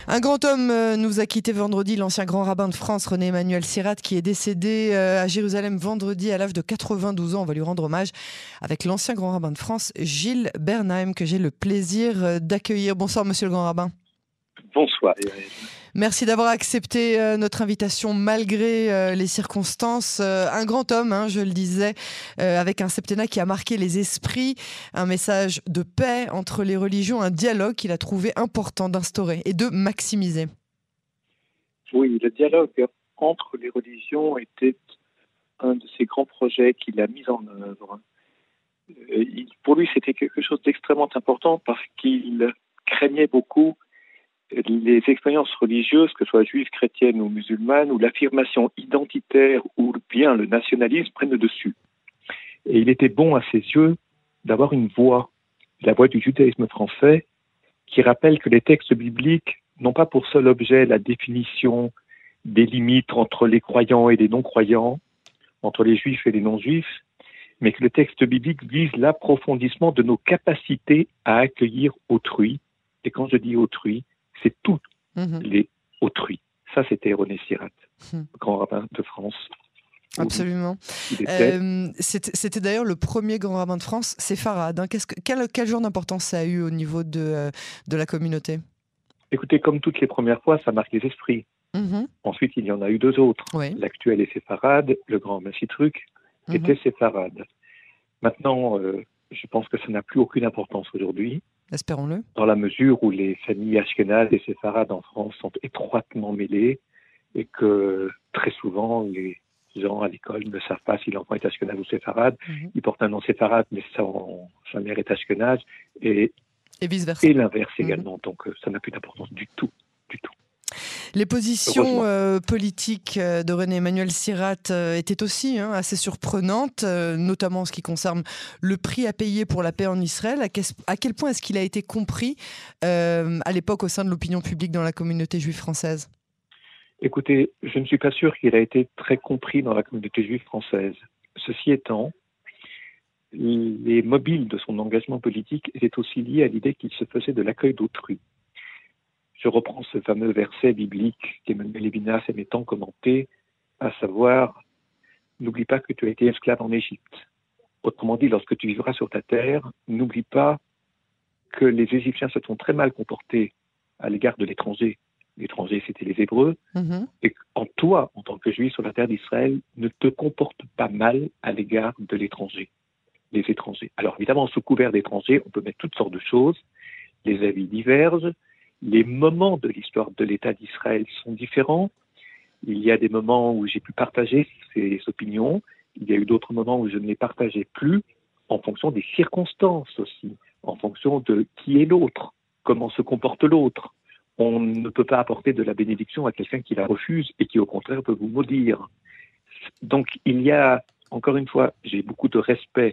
Un grand homme nous a quitté vendredi, l'ancien grand rabbin de France, René Emmanuel Sirat, qui est décédé à Jérusalem vendredi à l'âge de 92 ans. On va lui rendre hommage avec l'ancien grand rabbin de France, Gilles Bernheim, que j'ai le plaisir d'accueillir. Bonsoir, monsieur le grand rabbin. Bonsoir. Merci d'avoir accepté notre invitation malgré les circonstances. Un grand homme, je le disais, avec un septennat qui a marqué les esprits, un message de paix entre les religions, un dialogue qu'il a trouvé important d'instaurer et de maximiser. Oui, le dialogue entre les religions était un de ses grands projets qu'il a mis en œuvre. Pour lui, c'était quelque chose d'extrêmement important parce qu'il craignait beaucoup les expériences religieuses, que ce soit juives, chrétiennes ou musulmanes, où l'affirmation identitaire ou bien le nationalisme prennent le dessus. Et il était bon à ses yeux d'avoir une voix, la voix du judaïsme français, qui rappelle que les textes bibliques n'ont pas pour seul objet la définition des limites entre les croyants et les non-croyants, entre les juifs et les non-juifs, mais que le texte biblique vise l'approfondissement de nos capacités à accueillir autrui. Et quand je dis autrui, c'est tous les autrui. Ça, c'était René Sirat, grand rabbin de France. Absolument. C'était d'ailleurs le premier grand rabbin de France séfarade. Quel genre d'importance ça a eu au niveau de la communauté ? Écoutez, comme toutes les premières fois, ça marque les esprits. Ensuite, il y en a eu deux autres. Oui. L'actuel est séfarade, le grand Massitruc était séfarade. Maintenant, je pense que ça n'a plus aucune importance aujourd'hui. Espérons-le. Dans la mesure où les familles ashkénazes et séfarades en France sont étroitement mêlées et que très souvent, les gens à l'école ne savent pas si l'enfant est ashkénaze ou séfarade. Ils portent un nom séfarade, mais sa mère est ashkénaze et vice-versa. Et l'inverse également. Donc, ça n'a plus d'importance du tout. Les positions politiques de René Emmanuel Sirat étaient aussi assez surprenantes, notamment en ce qui concerne le prix à payer pour la paix en Israël. À quel point est-ce qu'il a été compris à l'époque au sein de l'opinion publique dans la communauté juive française ? Écoutez, je ne suis pas sûr qu'il a été très compris dans la communauté juive française. Ceci étant, les mobiles de son engagement politique étaient aussi liés à l'idée qu'il se faisait de l'accueil d'autrui. Je reprends ce fameux verset biblique qu'Emmanuel Levinas aimait tant commenter, à savoir « N'oublie pas que tu as été esclave en Égypte ». Autrement dit, lorsque tu vivras sur ta terre, n'oublie pas que les Égyptiens se sont très mal comportés à l'égard de l'étranger. L'étranger, c'était les Hébreux. Et toi, en tant que Juif sur la terre d'Israël, ne te comporte pas mal à l'égard de l'étranger, les étrangers. Alors évidemment, sous couvert d'étrangers, on peut mettre toutes sortes de choses. Les avis divergent. Les moments de l'histoire de l'État d'Israël sont différents. Il y a des moments où j'ai pu partager ces opinions. Il y a eu d'autres moments où je ne les partageais plus, en fonction des circonstances aussi, en fonction de qui est l'autre, comment se comporte l'autre. On ne peut pas apporter de la bénédiction à quelqu'un qui la refuse et qui, au contraire, peut vous maudire. Donc, il y a, encore une fois, j'ai eu beaucoup de respect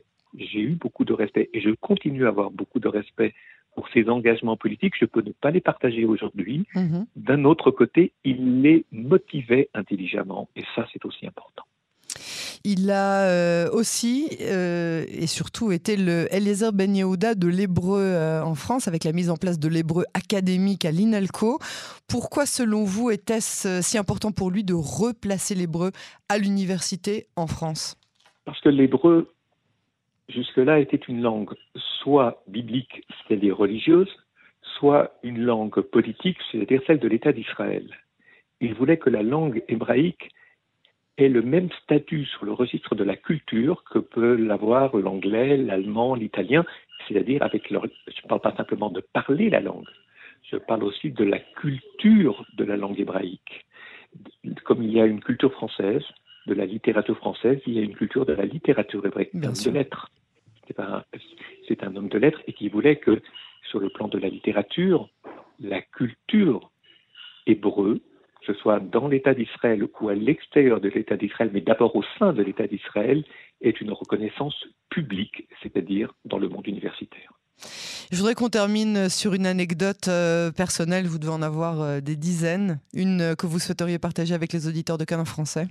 et je continue à avoir beaucoup de respect pour ses engagements politiques. Je peux ne pas les partager aujourd'hui. D'un autre côté, il les motivait intelligemment et ça, c'est aussi important. Il a aussi et surtout été le Eliezer Ben Yehuda de l'hébreu en France, avec la mise en place de l'hébreu académique à l'INALCO. Pourquoi, selon vous, était-ce si important pour lui de replacer l'hébreu à l'université en France ? Parce que l'hébreu, jusque-là, était une langue soit biblique, c'est-à-dire religieuse, soit une langue politique, c'est-à-dire celle de l'État d'Israël. Il voulait que la langue hébraïque ait le même statut sur le registre de la culture que peut l'avoir l'anglais, l'allemand, l'italien, c'est-à-dire je ne parle pas simplement de parler la langue, je parle aussi de la culture de la langue hébraïque. Comme il y a une culture française, de la littérature française, il y a une culture de la littérature hébraïque, de lettres. C'est un homme de lettres et qui voulait que, sur le plan de la littérature, la culture hébreu, que ce soit dans l'État d'Israël ou à l'extérieur de l'État d'Israël, mais d'abord au sein de l'État d'Israël, est une reconnaissance publique, c'est-à-dire dans le monde universitaire. Je voudrais qu'on termine sur une anecdote personnelle. Vous devez en avoir des dizaines. Une que vous souhaiteriez partager avec les auditeurs de Canon Français.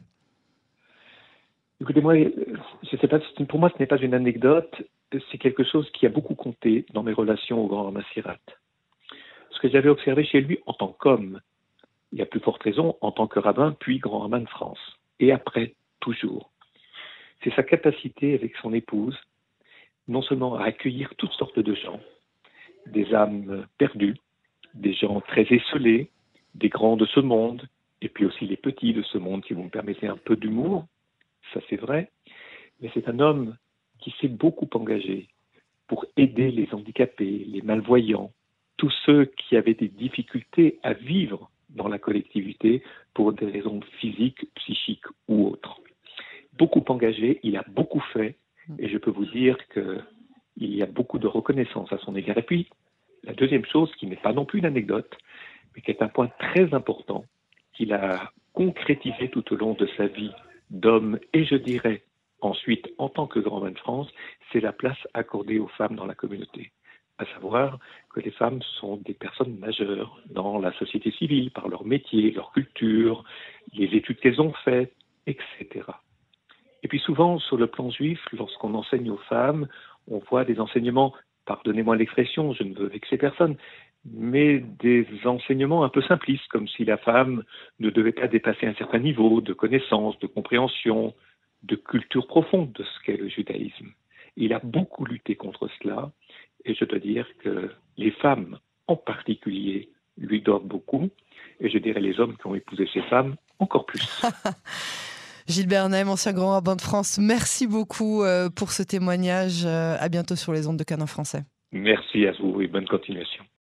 Écoutez, moi, je sais pas, pour moi, ce n'est pas une anecdote. C'est quelque chose qui a beaucoup compté dans mes relations au grand rabbin Sirat. Ce que j'avais observé chez lui en tant qu'homme, il y a plus forte raison en tant que rabbin, puis grand rabbin de France, et après, toujours. C'est sa capacité avec son épouse, non seulement à accueillir toutes sortes de gens, des âmes perdues, des gens très esselés, des grands de ce monde, et puis aussi les petits de ce monde, si vous me permettez un peu d'humour, ça c'est vrai, mais c'est un homme qui s'est beaucoup engagé pour aider les handicapés, les malvoyants, tous ceux qui avaient des difficultés à vivre dans la collectivité pour des raisons physiques, psychiques ou autres. Beaucoup engagé, il a beaucoup fait, et je peux vous dire qu'il y a beaucoup de reconnaissance à son égard. Et puis, la deuxième chose, qui n'est pas non plus une anecdote, mais qui est un point très important, qu'il a concrétisé tout au long de sa vie d'homme, et je dirais ensuite en tant que grand rabbin de France, c'est la place accordée aux femmes dans la communauté. À savoir que les femmes sont des personnes majeures dans la société civile, par leur métier, leur culture, les études qu'elles ont faites, etc. Et puis souvent, sur le plan juif, lorsqu'on enseigne aux femmes, on voit des enseignements, pardonnez-moi l'expression, je ne veux vexer personne, mais des enseignements un peu simplistes, comme si la femme ne devait pas dépasser un certain niveau de connaissance, de compréhension, de culture profonde de ce qu'est le judaïsme. Il a beaucoup lutté contre cela, et je dois dire que les femmes en particulier lui doivent beaucoup, et je dirais les hommes qui ont épousé ces femmes encore plus. Gilles Bernheim, ancien grand rabbin de France, merci beaucoup pour ce témoignage. À bientôt sur les ondes de Canon Français. Merci à vous et bonne continuation.